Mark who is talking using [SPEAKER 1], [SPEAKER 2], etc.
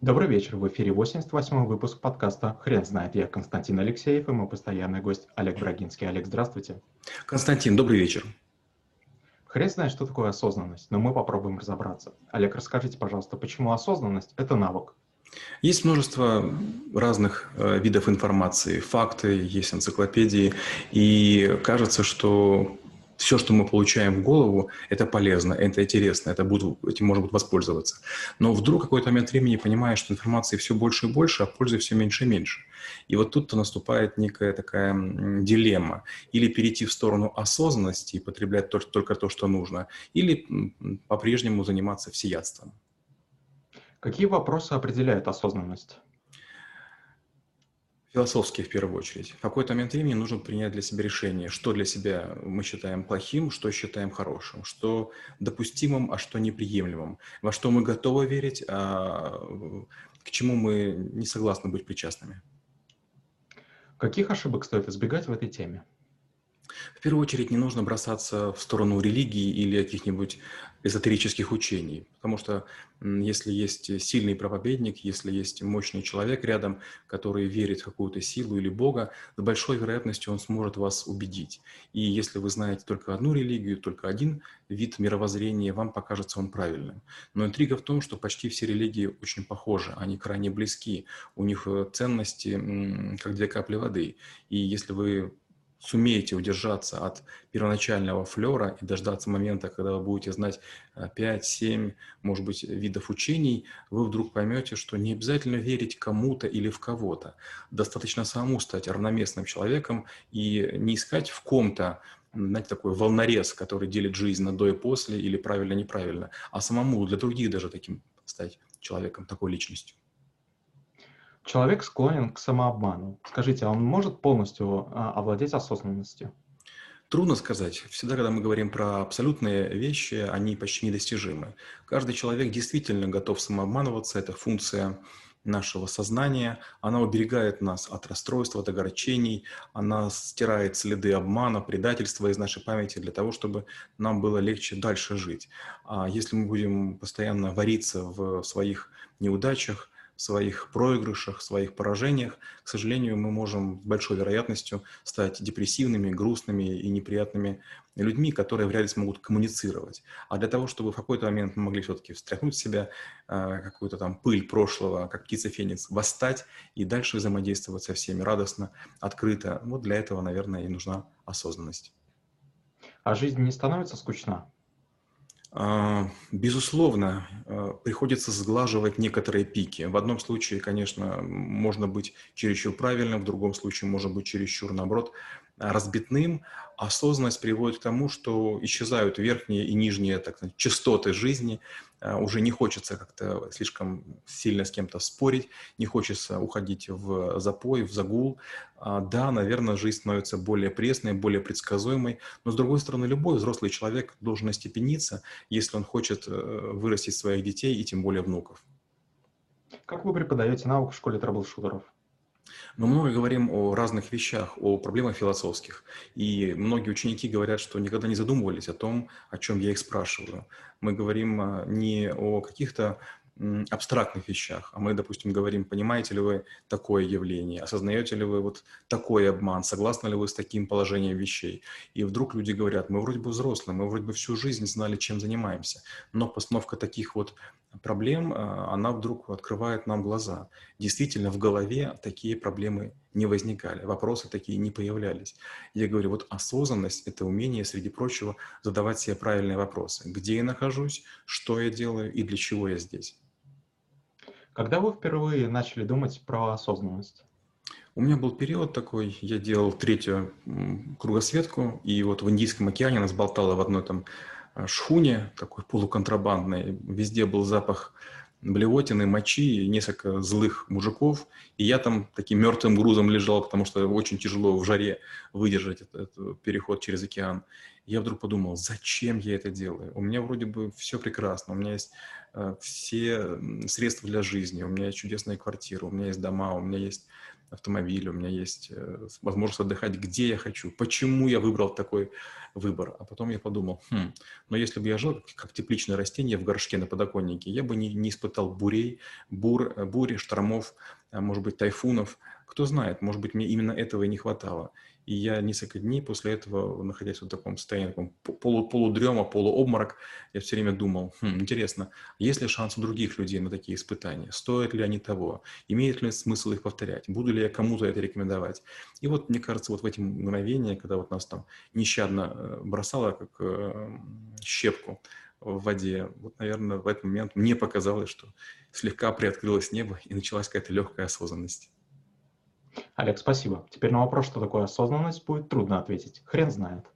[SPEAKER 1] Добрый вечер, в эфире 88-й выпуск подкаста «Хрен знает». Я Константин Алексеев и мой постоянный гость Олег Брагинский. Олег, здравствуйте.
[SPEAKER 2] Константин, добрый вечер.
[SPEAKER 1] Хрен знает, что такое осознанность, но мы попробуем разобраться. Олег, расскажите, пожалуйста, почему осознанность– это навык?
[SPEAKER 2] Есть множество разных видов информации, факты, есть энциклопедии, и кажется, что все, что мы получаем в голову, это полезно, это интересно, этим можно будет воспользоваться. Но вдруг в какой-то момент времени понимаешь, что информации все больше и больше, а пользы все меньше и меньше. И вот тут-то наступает некая такая дилемма. Или перейти в сторону осознанности и потреблять только то, что нужно, или по-прежнему заниматься всеядством.
[SPEAKER 1] Какие вопросы определяют осознанность?
[SPEAKER 2] Философски в первую очередь. В какой-то момент времени нужно принять для себя решение, что для себя мы считаем плохим, что считаем хорошим, что допустимым, а что неприемлемым, во что мы готовы верить, а к чему мы не согласны быть причастными.
[SPEAKER 1] Каких ошибок стоит избегать в этой теме?
[SPEAKER 2] В первую очередь не нужно бросаться в сторону религии или каких-нибудь эзотерических учений, потому что если есть сильный проповедник, если есть мощный человек рядом, который верит в какую-то силу или Бога, с большой вероятностью он сможет вас убедить. И если вы знаете только одну религию, только один вид мировоззрения, вам покажется он правильным. Но интрига в том, что почти все религии очень похожи, они крайне близки, у них ценности как две капли воды. И если вы сумеете удержаться от первоначального флера и дождаться момента, когда вы будете знать 5-7, может быть, видов учений, вы вдруг поймете, что не обязательно верить кому-то или в кого-то. Достаточно самому стать равноместным человеком и не искать в ком-то, знаете, такой волнорез, который делит жизнь на до и после или правильно-неправильно, а самому для других даже таким стать человеком, такой личностью.
[SPEAKER 1] Человек склонен к самообману. Скажите, а он может полностью овладеть осознанностью?
[SPEAKER 2] Трудно сказать. Всегда, когда мы говорим про абсолютные вещи, они почти недостижимы. Каждый человек действительно готов самообманываться. Это функция нашего сознания. Она уберегает нас от расстройств, от огорчений. Она стирает следы обмана, предательства из нашей памяти для того, чтобы нам было легче дальше жить. А если мы будем постоянно вариться в своих неудачах, в своих проигрышах, в своих поражениях, к сожалению, мы можем с большой вероятностью стать депрессивными, грустными и неприятными людьми, которые вряд ли смогут коммуницировать. А для того, чтобы в какой-то момент мы могли все-таки встряхнуть в себя какую-то там пыль прошлого, как птица Феникс, восстать и дальше взаимодействовать со всеми радостно, открыто, вот для этого, наверное, и нужна осознанность.
[SPEAKER 1] А жизнь не становится скучна?
[SPEAKER 2] Безусловно, приходится сглаживать некоторые пики. В одном случае, конечно, можно быть чересчур правильным, в другом случае можно быть чересчур, наоборот, разбитным. Осознанность приводит к тому, что исчезают верхние и нижние, так сказать, частоты жизни. Уже не хочется как-то слишком сильно с кем-то спорить, не хочется уходить в запой, в загул. Да, наверное, жизнь становится более пресной, более предсказуемой, но, с другой стороны, любой взрослый человек должен остепениться, если он хочет вырастить своих детей и тем более внуков.
[SPEAKER 1] Как вы преподаете навык в школе трэблшутеров?
[SPEAKER 2] Мы много говорим о разных вещах, о проблемах философских. И многие ученики говорят, что никогда не задумывались о том, о чем я их спрашиваю. Мы говорим не о каких-то абстрактных вещах, а мы, допустим, говорим, понимаете ли вы такое явление, осознаете ли вы вот такой обман, согласны ли вы с таким положением вещей. И вдруг люди говорят, мы вроде бы взрослые, мы вроде бы всю жизнь знали, чем занимаемся, но постановка таких вот проблем, она вдруг открывает нам глаза. Действительно, в голове такие проблемы не возникали, вопросы такие не появлялись. Я говорю, вот осознанность – это умение, среди прочего, задавать себе правильные вопросы. Где я нахожусь, что я делаю и для чего я здесь.
[SPEAKER 1] Когда вы впервые начали думать про осознанность?
[SPEAKER 2] У меня был период такой, я делал третью кругосветку, и вот в Индийском океане нас болтало в одной там шхуне, такой полуконтрабандной, везде был запах блевотины, мочи, несколько злых мужиков, и я там таким мертвым грузом лежал, потому что очень тяжело в жаре выдержать этот переход через океан. Я вдруг подумал, зачем я это делаю? У меня вроде бы все прекрасно, у меня есть все средства для жизни, у меня есть чудесная квартира, у меня есть дома, у меня есть автомобиль, у меня есть возможность отдыхать, где я хочу. Почему я выбрал такой выбор? А потом я подумал, но если бы я жил как тепличное растение в горшке на подоконнике, я бы не испытал бури, штормов, может быть, тайфунов. Кто знает, может быть, мне именно этого и не хватало. И я несколько дней после этого, находясь в таком состоянии, таком полудрема, полуобморок, я все время думал, интересно, есть ли шанс у других людей на такие испытания? Стоят ли они того? Имеет ли смысл их повторять? Буду ли я кому-то это рекомендовать? И вот, мне кажется, вот в эти мгновения, когда вот нас там нещадно бросало, как щепку в воде, вот, наверное, в этот момент мне показалось, что слегка приоткрылось небо и началась какая-то легкая осознанность.
[SPEAKER 1] Олег, спасибо. Теперь на вопрос, что такое осознанность, будет трудно ответить. Хрен знает.